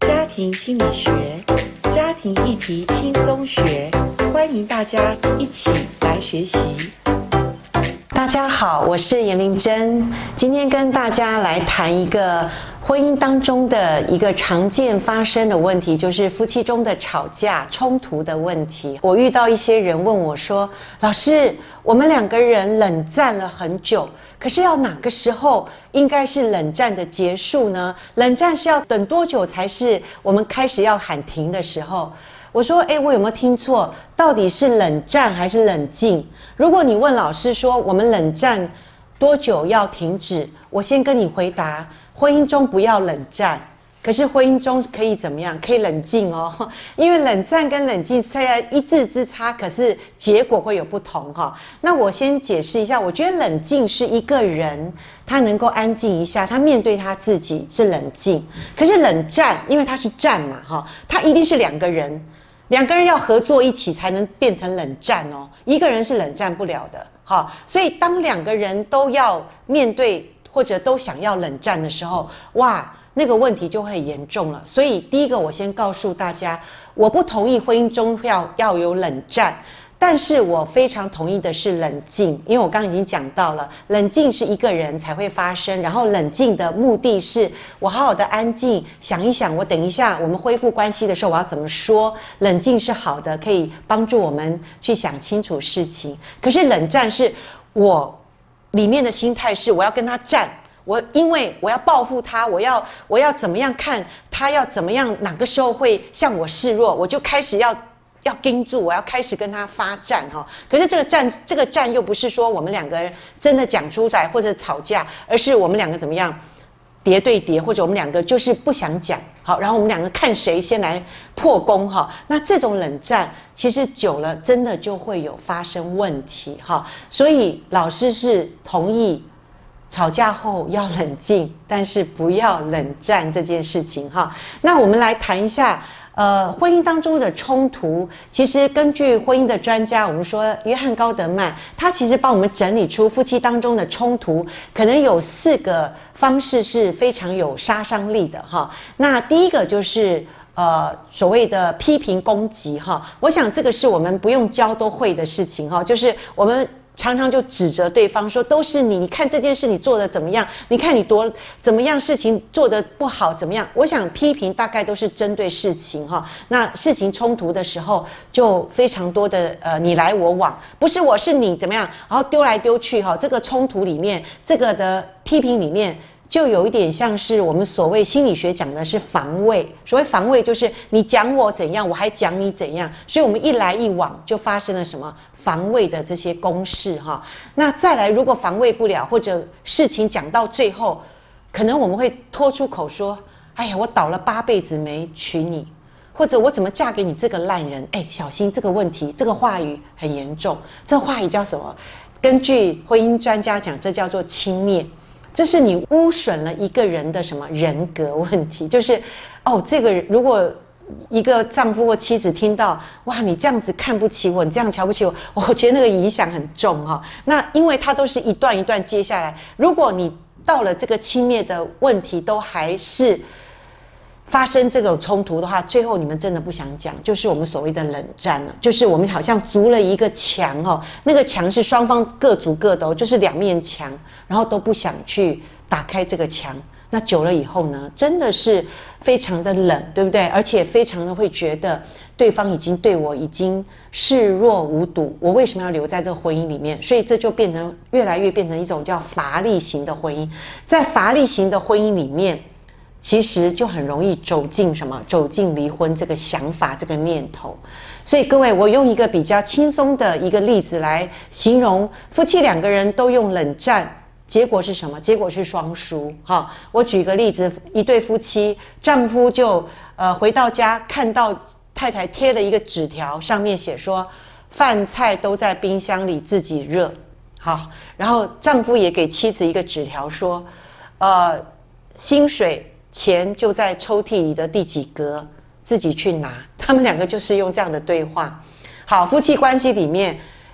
家庭心理学，家庭议题轻松学，欢迎大家一起来学习。 大家好，我是严玲珍，今天跟大家来谈一个婚姻当中的一个常见发生的问题，就是夫妻中的吵架冲突的问题。我遇到一些人问我说，老师，我们两个人冷战了很久，可是要哪个时候应该是冷战的结束呢？冷战是要等多久才是我们开始要喊停的时候？我说，我有没有听错？到底是冷战还是冷静？如果你问老师说我们冷战多久要停止，我先跟你回答，婚姻中不要冷战，可是婚姻中可以怎么样？可以冷静哦，因为冷战跟冷静虽然一字之差，可是结果会有不同哈。那我先解释一下，我觉得冷静是一个人他能够安静一下，他面对他自己是冷静。可是冷战，因为他是战嘛哈，他一定是两个人要合作一起才能变成冷战哦，一个人是冷战不了的哈。所以当两个人都要面对或者都想要冷战的时候，哇，那个问题就会严重了。所以第一个，我先告诉大家，我不同意婚姻中要有冷战，但是我非常同意的是冷静，因为我刚刚已经讲到了，冷静是一个人才会发生，然后冷静的目的是我好好的安静想一想，我等一下我们恢复关系的时候我要怎么说。冷静是好的，可以帮助我们去想清楚事情。可是冷战是我里面的心态是我要跟他战，因为我要报复他，我要怎么样看他，要怎么样哪个时候会向我示弱，我就开始要盯住，我要开始跟他发战哈。可是这个战又不是说我们两个人真的讲出来或者吵架，而是我们两个怎么样叠对叠，或者我们两个就是不想讲好，然后我们两个看谁先来破功哈。那这种冷战其实久了真的就会有发生问题哈。所以老师是同意吵架后要冷静，但是不要冷战这件事情哈。那我们来谈一下婚姻当中的冲突。其实根据婚姻的专家，我们说约翰高德曼，他其实帮我们整理出夫妻当中的冲突可能有4个方式是非常有杀伤力的哈。那第一个就是所谓的批评攻击哈。我想这个是我们不用教都会的事情哈，就是我们常常就指责对方说，都是你看这件事你做的怎么样，你看你怎么样事情做得不好怎么样。我想批评大概都是针对事情哈，那事情冲突的时候就非常多的你来我往，不是我是你怎么样，然后丢来丢去哈。这个冲突里面，这个的批评里面就有一点像是我们所谓心理学讲的是防卫。所谓防卫就是你讲我怎样，我还讲你怎样，所以我们一来一往就发生了什么防卫的这些公式哈。那再来，如果防卫不了，或者事情讲到最后，可能我们会脱出口说，哎呀，我倒了8辈子没娶你，或者我怎么嫁给你这个烂人，小心这个问题，这个话语很严重。这个话语叫什么？根据婚姻专家讲，这叫做轻蔑。这是你污损了一个人的什么人格问题，就是这个如果一个丈夫或妻子听到，哇，你这样子看不起我，你这样瞧不起我，我觉得那个影响很重哈。那因为它都是一段一段接下来，如果你到了这个轻蔑的问题都还是发生这种冲突的话，最后你们真的不想讲，就是我们所谓的冷战了，就是我们好像筑了一个墙哦，那个墙是双方各筑各的就是2面墙，然后都不想去打开这个墙。那久了以后呢，真的是非常的冷，对不对？而且非常的会觉得对方已经对我已经视若无睹，我为什么要留在这个婚姻里面？所以这就越来越变成一种叫乏力型的婚姻。在乏力型的婚姻里面，其实就很容易走进离婚这个想法，这个念头。所以各位，我用一个比较轻松的一个例子来形容，夫妻2个人都用冷战，结果是什么？结果是双输哈。我举个例子，一对夫妻，丈夫就回到家看到太太贴了一个纸条，上面写说饭菜都在冰箱里自己热。好，然后丈夫也给妻子一个纸条说薪水钱就在抽屉里的第几格，自己去拿。他们2个就是用这样的对话。好，夫妻关系里面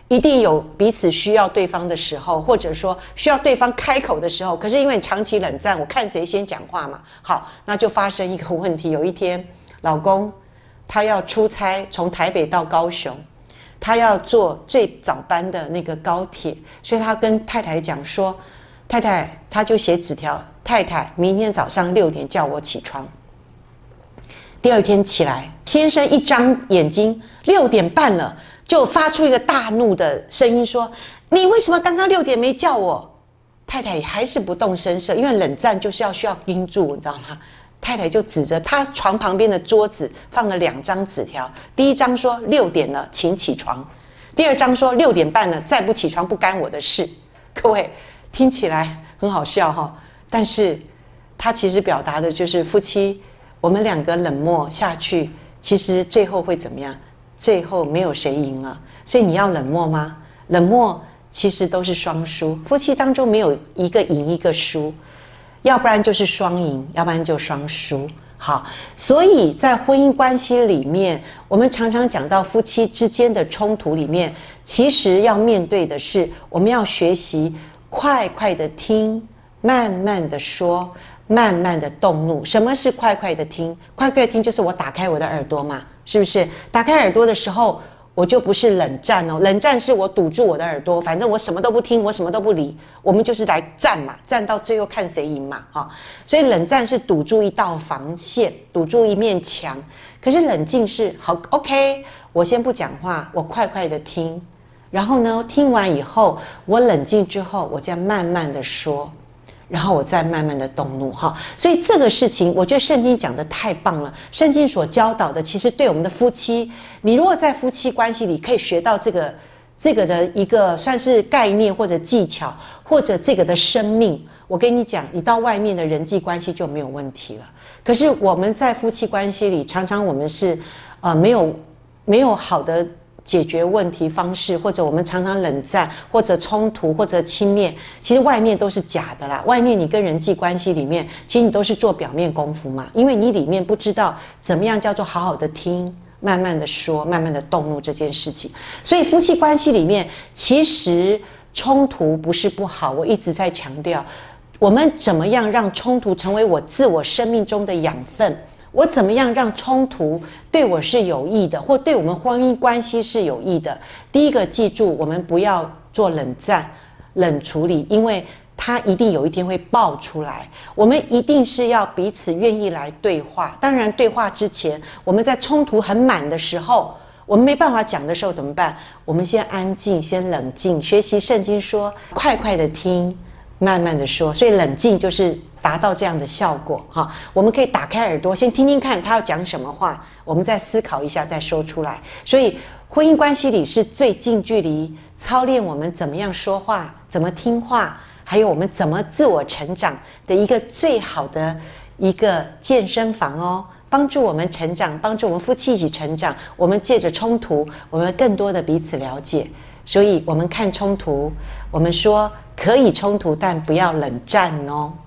一定有彼此需要对方的时候，或者说需要对方开口的时候。可是因为你长期冷战，我看谁先讲话嘛。好，那就发生一个问题。有一天，老公他要出差，从台北到高雄，他要坐最早班的那个高铁，所以他跟太太讲说：“太太，他就写纸条，太太，明天早上6点叫我起床。”第二天起来，先生一张眼睛，6点半了。就发出一个大怒的声音说：“你为什么刚刚6点没叫我？”太太也还是不动声色，因为冷战就是需要盯住，你知道吗？太太就指着他床旁边的桌子放了2张纸条，第一张说6点了，请起床；第二张说6点半了，再不起床不干我的事。各位听起来很好笑哈，但是他其实表达的就是夫妻我们2个冷漠下去，其实最后会怎么样？最后没有谁赢了，所以你要冷漠吗？冷漠其实都是双输，夫妻当中没有一个赢一个输，要不然就是双赢，要不然就双输。好，所以在婚姻关系里面，我们常常讲到夫妻之间的冲突里面，其实要面对的是，我们要学习快快的听，慢慢的说，慢慢的动怒。什么是快快的听？快快的听就是我打开我的耳朵嘛，是不是？打开耳朵的时候，我就不是冷战哦，冷战是我堵住我的耳朵，反正我什么都不听，我什么都不理，我们就是来战嘛，战到最后看谁赢嘛，所以冷战是堵住一道防线，堵住一面墙。可是冷静是好 ，OK， 我先不讲话，我快快的听，然后呢，听完以后，我冷静之后，我再慢慢的说。然后我再慢慢的动怒哈，所以这个事情我觉得圣经讲的太棒了。圣经所教导的，其实对我们的夫妻，你如果在夫妻关系里可以学到这个的一个算是概念或者技巧，或者这个的生命，我跟你讲，你到外面的人际关系就没有问题了。可是我们在夫妻关系里，常常我们是没有好的解决问题方式，或者我们常常冷战，或者冲突，或者轻蔑，其实外面都是假的啦。外面你跟人际关系里面，其实你都是做表面功夫嘛，因为你里面不知道怎么样叫做好好的听，慢慢的说，慢慢的动怒这件事情。所以夫妻关系里面，其实冲突不是不好，我一直在强调，我们怎么样让冲突成为我自我生命中的养分。我怎么样让冲突对我是有益的，或对我们婚姻关系是有益的？第一个，记住，我们不要做冷战、冷处理，因为它一定有一天会爆出来。我们一定是要彼此愿意来对话。当然，对话之前，我们在冲突很满的时候，我们没办法讲的时候怎么办？我们先安静，先冷静，学习圣经说，快快的听，慢慢的说。所以冷静就是达到这样的效果哈，我们可以打开耳朵，先听听看他要讲什么话，我们再思考一下，再说出来。所以婚姻关系里是最近距离操练我们怎么样说话，怎么听话，还有我们怎么自我成长的一个最好的一个健身房哦，帮助我们成长，帮助我们夫妻一起成长。我们借着冲突，我们更多的彼此了解。所以我们看冲突，我们说可以冲突，但不要冷战哦。